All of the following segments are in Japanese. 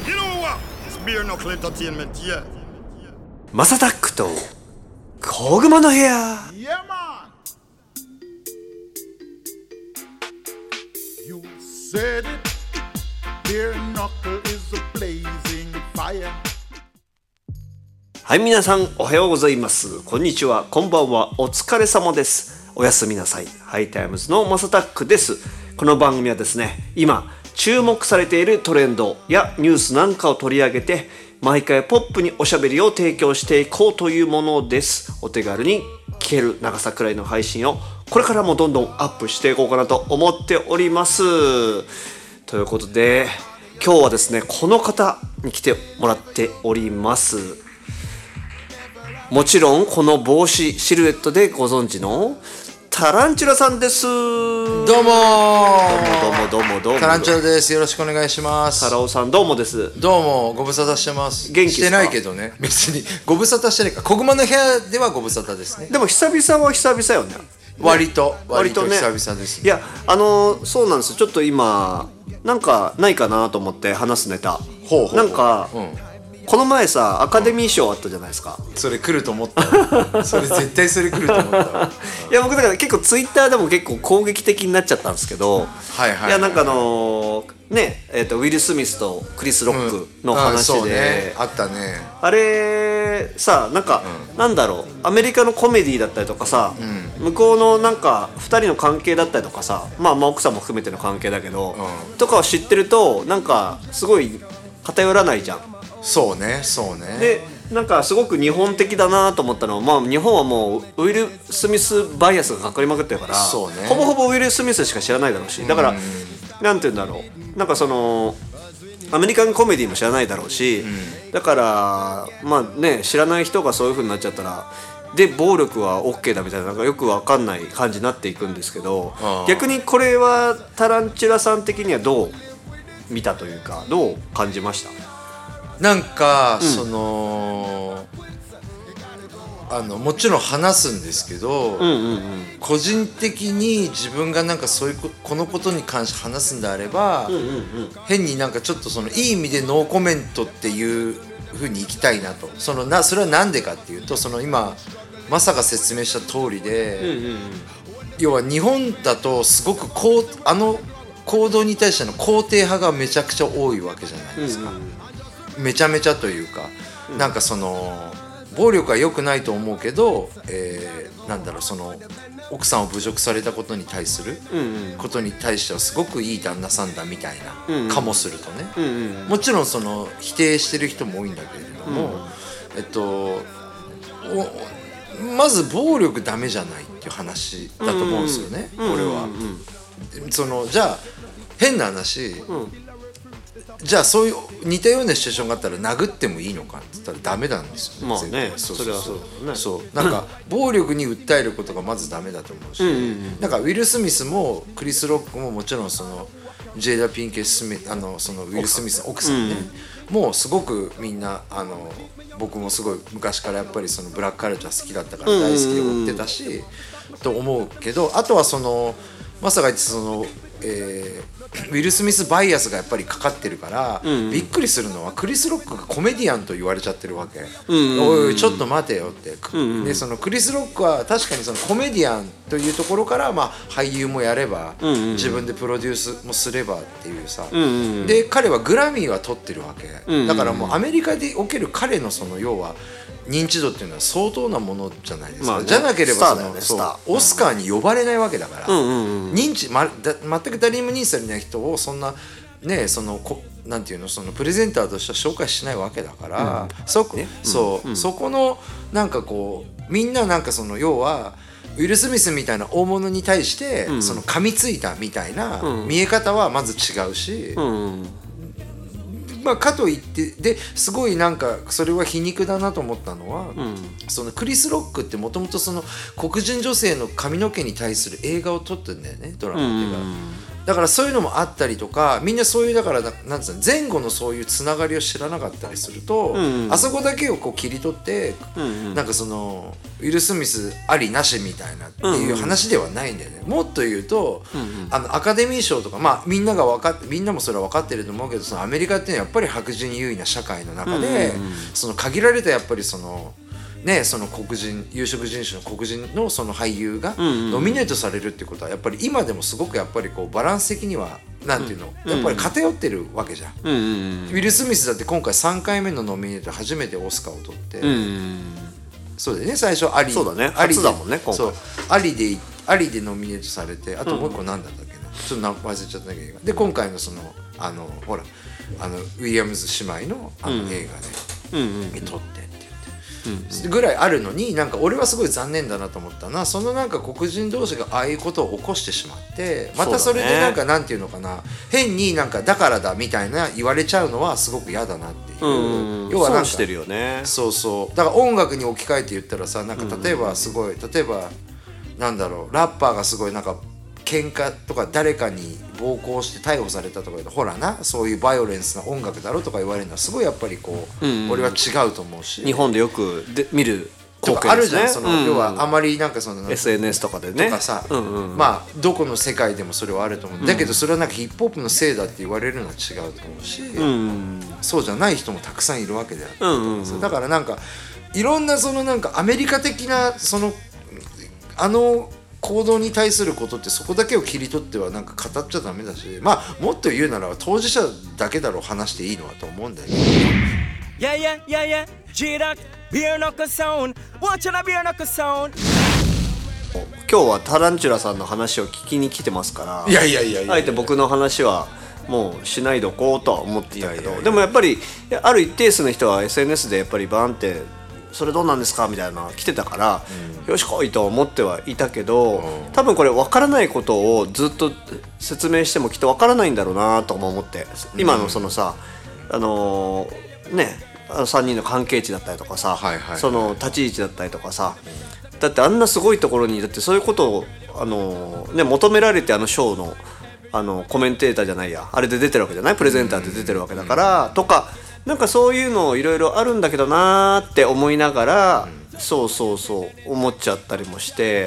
You know what? It's bare knuckle entertainment, yeah. マサタックと小熊の部屋。 Yeah, man. You said it. Bare knuckle is a blazing fire. はい、皆さんおはようございます。こんにちは、こんばんは、お疲れ様です。おやすみなさい。ハイタイムズのマサタックです。この番組はですね、今注目されているトレンドやニュースなんかを取り上げて、毎回ポップにおしゃべりを提供していこうというものです。お手軽に聞ける長さくらいの配信をこれからもどんどんアップしていこうかなと思っております。ということで今日はですね、この方に来てもらっております。もちろんこの帽子シルエットでご存知のタランチュラさんです。どうもどうもタタランチュラです。よろしくお願いします。 タラオさんどうもです。 どうもご無沙汰してます。 元気ですか？ してないけどね、別にご無沙汰してないか。小熊の部屋ではご無沙汰ですね。 でも久々は久々よね。 割とね、 久々ですね。 いやそうなんですよ。ちょっと今なんかないかなと思って話すネタ。なんか、この前さアカデミー賞あったじゃないですか。 それ来ると思ったそれ絶対それ来ると思ったいや僕だから結構ツイッターでも結構攻撃的になっちゃったんですけど、いやなんかねウィル・スミスとクリス・ロックの話で、 そうね、あったね。 あれさ、なんか、なんだろう、アメリカのコメディだったりとかさ、向こうのなんか2人の関係だったりとかさ、まあ奥さんも含めての関係だけど、とかを知ってるとなんかすごい偏らないじゃん。 そうねでなんかすごく日本的だなと思ったのは、まあ日本はもうウィル・スミスバイアスがかかりまくってるから、 そうね、 ほぼほぼウィル・スミスしか知らないだろうし、だからなんて言うんだろう、なんかそのアメリカンコメディも知らないだろうし、だからまあね、知らない人がそういう風になっちゃったらで暴力は OK だみたいな、なんかよくわかんない感じになっていくんですけど、逆にこれはタランチュラさん的にはどう見たというか、どう感じました？ なんか、そのもちろん話すんですけど、個人的に自分がなんかそういうこのことに関して話すんであれば、変になんかちょっとそのいい意味でノーコメントっていう風にいきたいなと。それはなんでかっていうと、その今マサが説明した通りで、要は日本だとすごく行動に対しての肯定派がめちゃくちゃ多いわけじゃないですか。めちゃめちゃというか、なんかその暴力は良くないと思うけど、なんだろう、その奥さんを侮辱されたことに対することに対してはすごくいい旦那さんだみたいな、かもするとね、もちろんその否定してる人も多いんだけれども、まず暴力ダメじゃないっていう話だと思うんですよね、これは。そのじゃあ変な話、じゃあそういう似たようなシチュエーションがあったら殴ってもいいのかって言ったらダメなんですよね。 まあね、それはそうだね。 そうなんか暴力に訴えることがまずダメだと思うし、なんかウィル・スミスもクリス・ロックももちろんそのジェイダ・ピンケス・スミス、そのウィル・スミスの奥さんね、もうすごくみんな僕もすごい昔からやっぱりそのブラックカルチャー好きだったから大好きで追ってたし、と思うけど、あとはそのマサが言ってそのウィル・スミスバイアスがやっぱりかかってるから、びっくりするのはクリス・ロックがコメディアンと言われちゃってるわけ。おいちょっと待てよって、でそのクリス・ロックは確かにそのコメディアンというところから、まあ、俳優もやれば、自分でプロデュースもすればっていうさ、で彼はグラミーは取ってるわけ、だからもうアメリカでおける彼のその要は認知度っていうのは相当なものじゃないですか、じゃなければオスカーに呼ばれないわけだから、認知、全く誰にも認知されない人をそんなね、そのなんていうの、そのプレゼンターとしては紹介しないわけだから、そこのなんかこうみんななんかその要はウィル・スミスみたいな大物に対して、その噛みついたみたいな見え方はまず違うし、まあ、かといってですごいなんかそれは皮肉だなと思ったのは、そのクリス・ロックってもともとその黒人女性の髪の毛に対する映画を撮ってるんだよね、ドラマっていうか。 だからそういうのもあったりとか、みんなそういうだからなんつうの前後のそういうつながりを知らなかったりすると、あそこだけをこう切り取って、なんかそのウィル・スミスありなしみたいなっていう話ではないんだよね。もっと言うと、アカデミー賞とか、まあみんなもそれは分かってると思うけど、そのアメリカっていうのはやっぱり白人優位な社会の中で、その限られたやっぱりそのね、その黒人有色人種の黒人のその俳優がノミネートされるっていうことはやっぱり今でもすごくやっぱりこうバランス的にはなんていうの、やっぱり偏ってるわけじゃん。ウィル・スミスだって今回3回目のノミネート初めてオスカーを取って、そうだよね、最初アリ、 そうだね、 アリ初だもんね今回。 そうアリでノミネートされて、あともう一個何だったっけな、ちょっと忘れちゃったけど、で今回のそのほらウィリアムズ姉妹の映画で撮って。ぐらいあるのに、なんか俺はすごい残念だなと思ったな、そのなんか黒人同士がああいうことを起こしてしまって、またそれでなんかなんていうのかな、変になんかだからだみたいな言われちゃうのはすごく嫌だなっていう、要はなんか損してるよね。 そうそう、だから音楽に置き換えて言ったらさ、なんか例えばなんだろう、ラッパーがすごいなんか喧嘩とか誰かに暴行して逮捕されたとか言うと、ほらな、そういうバイオレンスな音楽だろとか言われるのはすごいやっぱりこう、俺は違うと思うし、 日本でよく見るとかあるじゃん、その要はあまりなんかその SNS とかでねとかさ、まあどこの世界でもそれはあると思う、だけどそれはなんかヒップホップのせいだって言われるのは違うと思うし、そうじゃない人もたくさんいるわけである、だからなんかいろんなそのなんかアメリカ的なその行動に対することってそこだけを切り取ってはなんか語っちゃダメだし、まあもっと言うなら当事者だけだろう話していいのはと思うんだよね。 今日はタランチュラさんの話を聞きに来てますから、 いやあえて僕の話はもうしないでおこうとは思ってたけど、でもやっぱりある一定数の人は SNS でやっぱりバーンってそれどうなんですかみたいなの来てたから、よし来いと思ってはいたけど、多分これ分からないことをずっと説明してもきっと分からないんだろうなとも思って、今のそのさ3人の関係値だったりとかさ、その立ち位置だったりとかさ、だってあんなすごいところにだってそういうことを求められてショーのコメンテーターじゃないや、あれで出てるわけじゃない、プレゼンターで出てるわけだから、とかなんかそういうのいろいろあるんだけどなーって思いながら、そう思っちゃったりもして、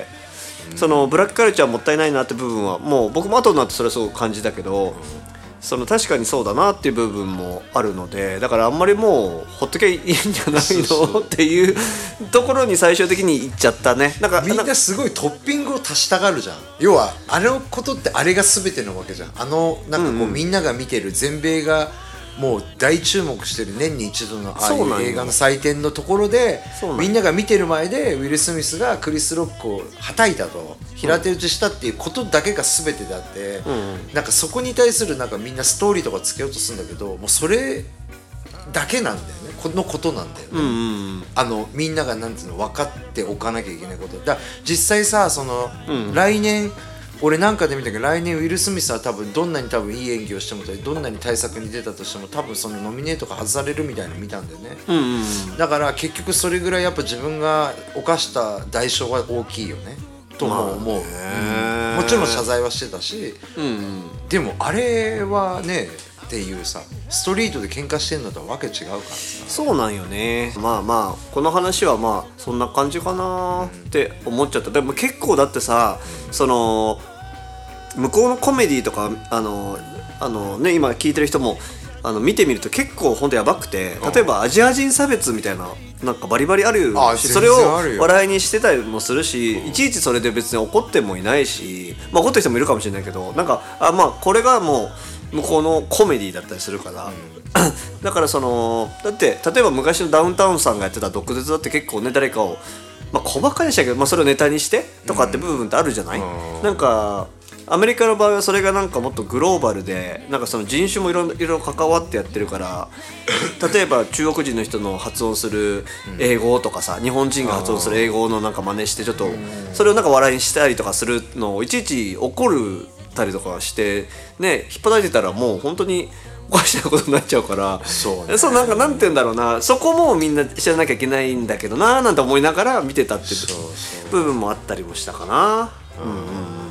そのブラックカルチャーもったいないなって部分はもう僕も後になってそれはすごく感じたけど、その確かにそうだなっていう部分もあるので、だからあんまりもうほっときゃいいんじゃないのっていうところに最終的に行っちゃったね。なんかみんなすごいトッピングを足したがるじゃん。要はあのことってあれが全てのわけじゃん。なんかこうみんなが見てる全米がもう大注目してる年に一度のああいう映画の祭典のところで、みんなが見てる前でウィル・スミスがクリス・ロックをはたいたと、平手打ちしたっていうことだけが全てであって、なんかそこに対するなんかみんなストーリーとかつけようとするんだけど、もうそれだけなんだよね、このことなんだよね、みんながなんていうの分かっておかなきゃいけないことだ。実際さ、その、来年俺なんかで見たけど、来年ウィル・スミスは多分どんなにいい演技をしてもどんなに大作に出たとしても多分そのノミネートが外されるみたいなの見たんだよね、だから結局それぐらいやっぱ自分が犯した代償は大きいよねとも思う、もちろん謝罪はしてたし、でもあれはねっていうさ、ストリートで喧嘩してんのとはわけ違うからさ。 そうなんよね。まあこの話はまあそんな感じかなって思っちゃった。でも結構だってさ、その向こうのコメディとか今聞いてる人も見てみると結構ほんとやばくて、例えばアジア人差別みたいななんかバリバリあるし、それを笑いにしてたりもするし、いちいちそれで別に怒ってもいないし、まあ怒ってる人もいるかもしれないけど、なんかまあこれがもう向こうのコメディだったりするから、だからそのだって例えば昔のダウンタウンさんがやってた毒舌だって結構ね、誰かを小馬鹿にしたけど、それをネタにしてとかって部分ってあるじゃない、なんかアメリカの場合はそれがなんかもっとグローバルで、なんかその人種もいろいろ関わってやってるから、例えば中国人の人の発音する英語とかさ、日本人が発音する英語のなんか真似してちょっとそれをなんか笑いにしたりとかするのをいちいち怒るたりとかしてね、引っ張られてたらもう本当におかしなことになっちゃうから、そうなんかなんて言うんだろうな、そこもみんな知らなきゃいけないんだけどななんて思いながら見てたっていう部分もあったりもしたかな。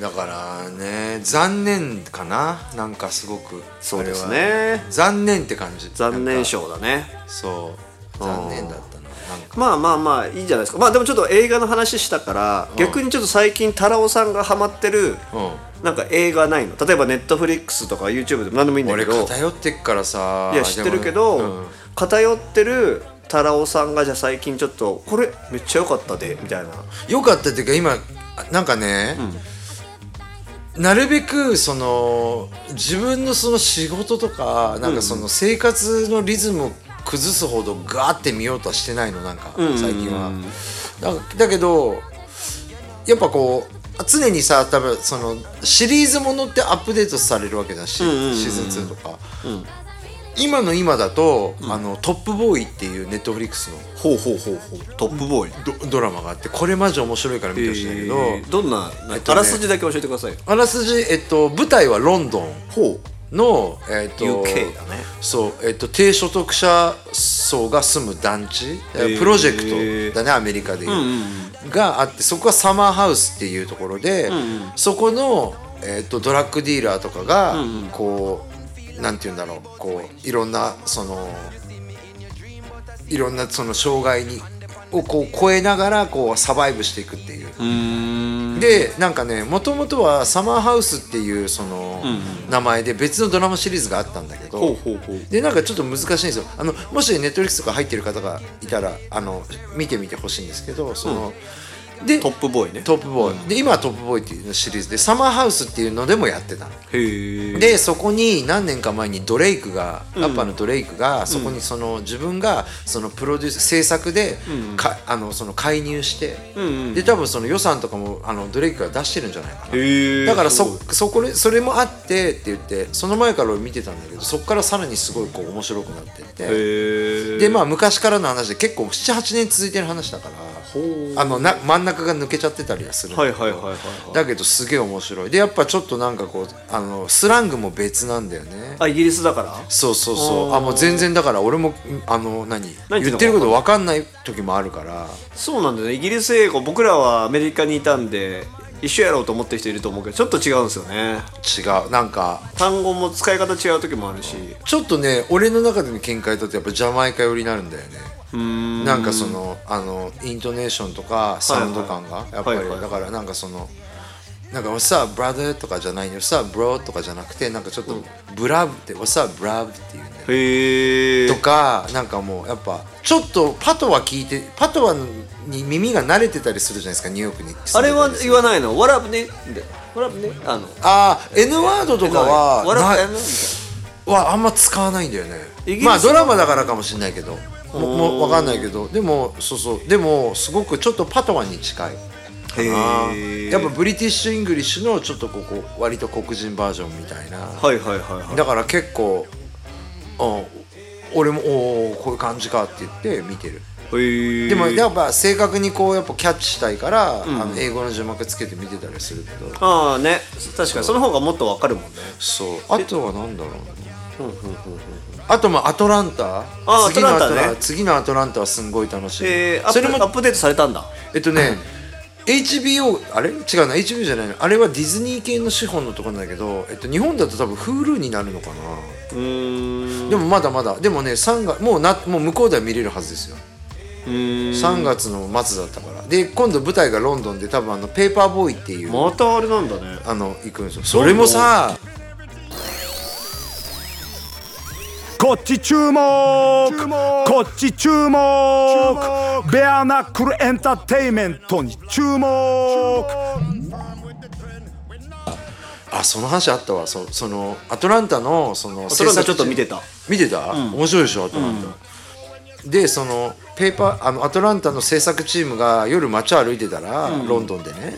だからね残念かな、なんかすごくそうですね、 残念って感じ、 残念賞だね。 そう残念だったな。なんかまあいいじゃないですか。まあでもちょっと映画の話したから、逆にちょっと最近太郎さんがハマってるなんか映画ないの？例えばネットフリックスとか YouTube でも何でもいいんだけど。 俺偏ってっからさ。 いや知ってるけど、偏ってる太郎さんがじゃあ最近ちょっとこれめっちゃ良かったでみたいな。 良かったっていうか今なんかね、なるべくその自分のその仕事とかなんかその生活のリズムを崩すほどガーって見ようとはしてないの、なんか最近は。だけどやっぱこう常にさ、多分そのシリーズものってアップデートされるわけだし、シーズン2とか。今の今だと、トップボーイっていうネットフリックスのトップボーイドラマがあって、これマジ面白いから見てほしいんだけど、 どんな、あらすじだけ教えてくださいよ。 あらすじ、舞台はロンドンの、 UK だね。 そう、低所得者層が住む団地、プロジェクトだね、アメリカでいう、があって、そこはサマーハウスっていうところで、そこの、ドラッグディーラーとかが、こうなんていうんだろう、こういろんなその障害をこう超えながらこうサバイブしていくっていう。でなんかね、もともとはサマーハウスっていうその名前で別のドラマシリーズがあったんだけど、でなんかちょっと難しいんですよ。もしネットフリックスとか入ってる方がいたら見てみてほしいんですけど、その、でトップボーイね。 トップボーイ、で今はトップボーイっていうシリーズでサマーハウスっていうのでもやってたの。 へえ。 でそこに何年か前にドレイクが、ラッパーのドレイクがそこにその自分がそのプロデュース制作でその介入して、で多分その予算とかもドレイクが出してるんじゃないかな。だからそれもあってって言って、その前から俺見てたんだけど、そこからさらにすごいこう面白くなってって、でまあ昔からの話で結構 7,8 年続いてる話だから、真ん中が抜けちゃってたりはするんだけど、だけどすげえ面白い。でやっぱちょっとなんかこうスラングも別なんだよね。 イギリスだから。 そうもう全然、だから俺も言ってること分かんない時もあるから。 そうなんだよね。イギリス英語、僕らはアメリカにいたんで一緒やろうと思ってる人いると思うけど、ちょっと違うんですよね。 違う、なんか単語も使い方違う時もあるし、 ちょっとね俺の中での見解だとやっぱジャマイカ寄りになるんだよね。なんかそのイントネーションとかサウンド感がやっぱり、だからなんかそのなんか「What's up brother」とかじゃないのよ、「What's up bro」とかじゃなくて、なんかちょっとブラブって「What's up brother」っていうね。 へー。 とかなんかもうやっぱちょっとパトワに耳が慣れてたりするじゃないですか、ニューヨークに。 あれは言わないの？わらぶね。わらぶね。 N ワードとかはあんま使わないんだよね。まあドラマだからかもしれないけど、もう分かんないけど、でもでもすごくちょっとパトワに近いかな。やっぱブリティッシュ・イングリッシュのちょっとここ割と黒人バージョンみたいな。だから結構俺もこういう感じかって言って見てる。でもやっぱ正確にこうやっぱキャッチしたいから、英語の字幕つけて見てたりするけど。 ね、確かにその方がもっと分かるもんね。 そう。あとはなんだろうね。あとアトランタ。次のアトランタはすんごい楽しい。 それもアップデートされたんだ。 HBO あれ違うな、 HBO じゃないの、あれはディズニー系の資本のところなんだけど、日本だと多分 Hulu になるのかな。でもまだまだ、でもね3月もう向こうでは見れるはずですよ。3月の末だったから。で今度舞台がロンドンで、多分ペーパーボーイっていう、 またあれなんだね、 行くんですよ。それもさ、 こっち注目、こっち注目、ベアナックルエンターテインメントに注目。 その話あったわ。そのアトランタのそのアトランタちょっと見てた、 面白いでしょアトランタ。でそのペーパーアトランタの制作チームが夜街歩いてたら、ロンドンでね、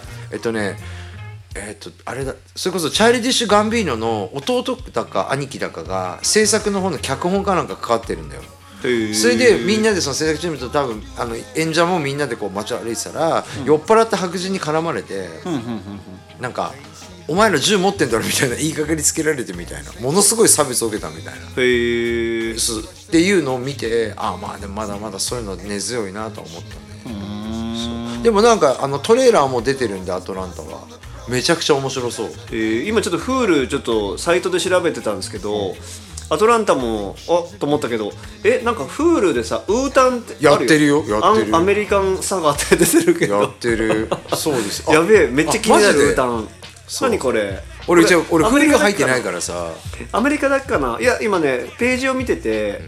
あれだ、それこそチャイルディッシュ・ガンビーノの弟だか兄貴だかが制作の方の脚本かなんかかかってるんだよ。それでみんなでその制作チームと多分演者もみんなでこう街歩いてたら、酔っ払って白人に絡まれて、なんかお前ら銃持ってんだろみたいな言いかけにつけられてみたいな、ものすごい差別を受けたみたいなっていうのを見て、まあでもまだまだそういうの根強いなと思ったね。でもなんかトレーラーも出てるんで、アトランタはめちゃくちゃ面白そう。 今ちょっと Hulu ちょっとサイトで調べてたんですけど、アトランタもと思ったけど、なんか Hulu でさウータンってあるよ。 やってるよ、やってる。 アメリカンサガって出てるけどやってる。そうです。 やべえ、めっちゃ気になる。ウータン何これ。 俺 Hulu 入ってないからさ。 アメリカだっけかな。いや今ねページを見てて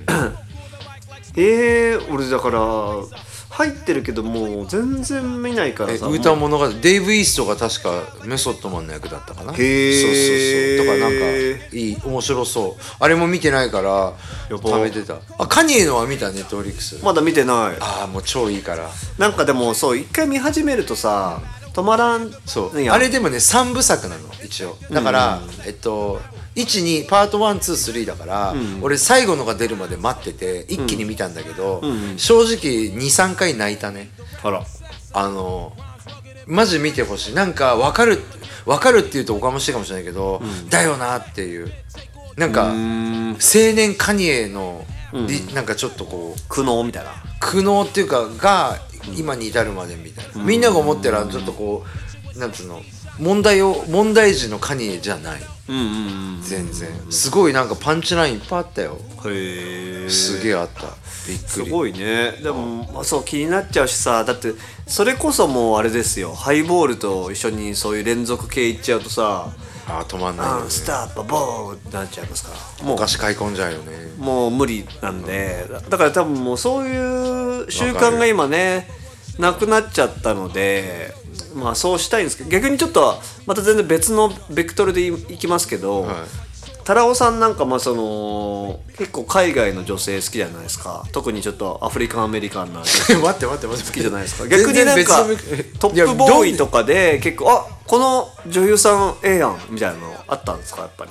俺だから入ってるけどもう全然見ないからさ。 ウータン物語、デイブ・イーストが確かメソッドマンの役だったかな。 へえ。 そうだからなんかいい、面白そう。あれも見てないから食べてた。カニエのは見た？ネットフリックスまだ見てない。 もう超いいから。 なんかでもそう一回見始めるとさ止まらん。 そうあれでもね3部作なの一応だから、1,2パート1,2,3だから、俺最後のが出るまで待ってて一気に見たんだけど、正直 2,3 回泣いたね。 あら、 マジ見てほしい。なんか分かるって言うとおかましいかもしれないけど、だよなっていう、なんか青年カニエの、なんかちょっとこう苦悩みたいな、 苦悩っていうかが今に至るまでみたいな、みんなが思ってるちょっとこうなんつうの問題児のカニエじゃない、全然すごいなんかパンチラインいっぱいあったよ。 へえ、 すげえあった。びっくり。 すごいね。でも、そう気になっちゃうしさ、だってそれこそもうあれですよ、ハイボールと一緒にそういう連続系いっちゃうとさ、 止まんないよね。 スターパボーってなっちゃいますから、もうお菓子買い込んじゃうよね。 もう無理なんで、だから多分もうそういう習慣が今ねなくなっちゃったので、まあそうしたいんですけど、逆にちょっとまた全然別のベクトルでいきますけど、タラオさんなんか結構海外の女性好きじゃないですか。特にちょっとアフリカンアメリカンな待って好きじゃないですか。逆になんかトップボーイとかで結構この女優さんやんみたいなのあったんですか？やっぱり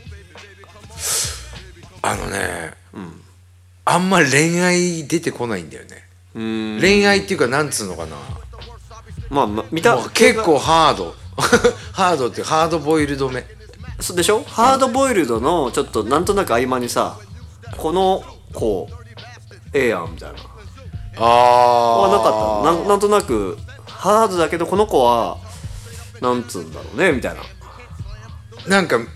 あんま恋愛出てこないんだよね。恋愛っていうかなんつうのかな、結構ハードハードってハードボイルドめそうでしょ。ハードボイルドのちょっとなんとなく合間にさ、この子やんみたいななかった。なんとなくハードだけどこの子はなんつうんだろうねみたいな、 なんか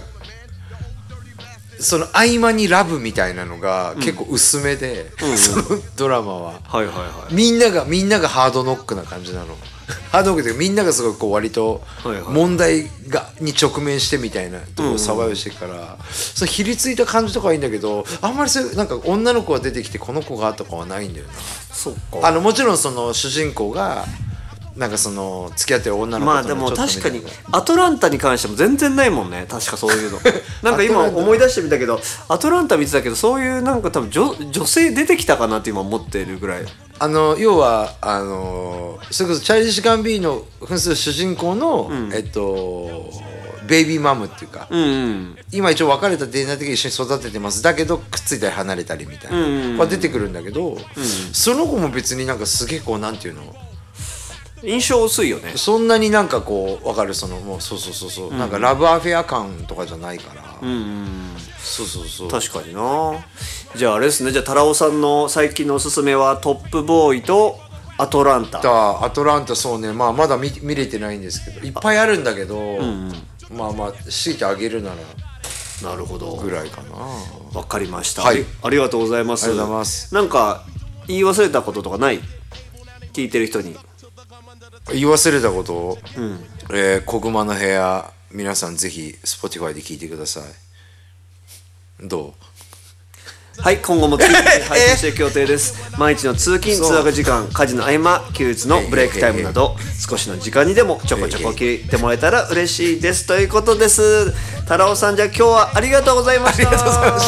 その合間にラブみたいなのが結構薄めで、そのドラマは、みんながハードノックな感じなの。ハードノックでみんながすごいこう割と問題に直面してみたいなところをサバイブしてるから、そのひりついた感じとかはいいんだけど、あんまりそういうなんか女の子が出てきてこの子がとかはないんだよな。 そうか。 もちろんその主人公がなんかその付き合ってる女の子とでも確かにアトランタに関しても全然ないもんね。確かそういうのなんか今思い出してみたけど、アトランタ見てたけどそういうなんか多分女性出てきたかなって今思ってるぐらい。 要はそれこそチャーリーズ・ガンビーノ扮する主人公の、ベイビーマムっていうか、今一応別れたデータ的に一緒に育ててます。だけどくっついたり離れたりみたいな、出てくるんだけど、その子も別になんかすげえこうなんていうの印象薄いよね。 そんなになんかこう分かる、そのもうそう、なんかラブアフェア感とかじゃないから、そう確かにな。じゃああれですね。じゃあタラオさんの最近のおすすめはトップボーイとアトランタ。そうね。まだ見れてないんですけど、いっぱいあるんだけど、強いてあげるならなるほどぐらいかな。 わかりました、 はい、 ありがとうございます。 ありがとうございます。 なんか言い忘れたこととかない？聞いてる人に言い忘れたこと、小熊の部屋、皆さんぜひ Spotify で聞いてください。どう？ はい、今後もTwitterで配信していく予定です。毎日の通勤通学時間、家事の合間、休日のブレイクタイムなど少しの時間にでもちょこちょこ聞いてもらえたら嬉しいですということです。タラオさん、じゃあ今日はありがとうございました。 ありがとうございました。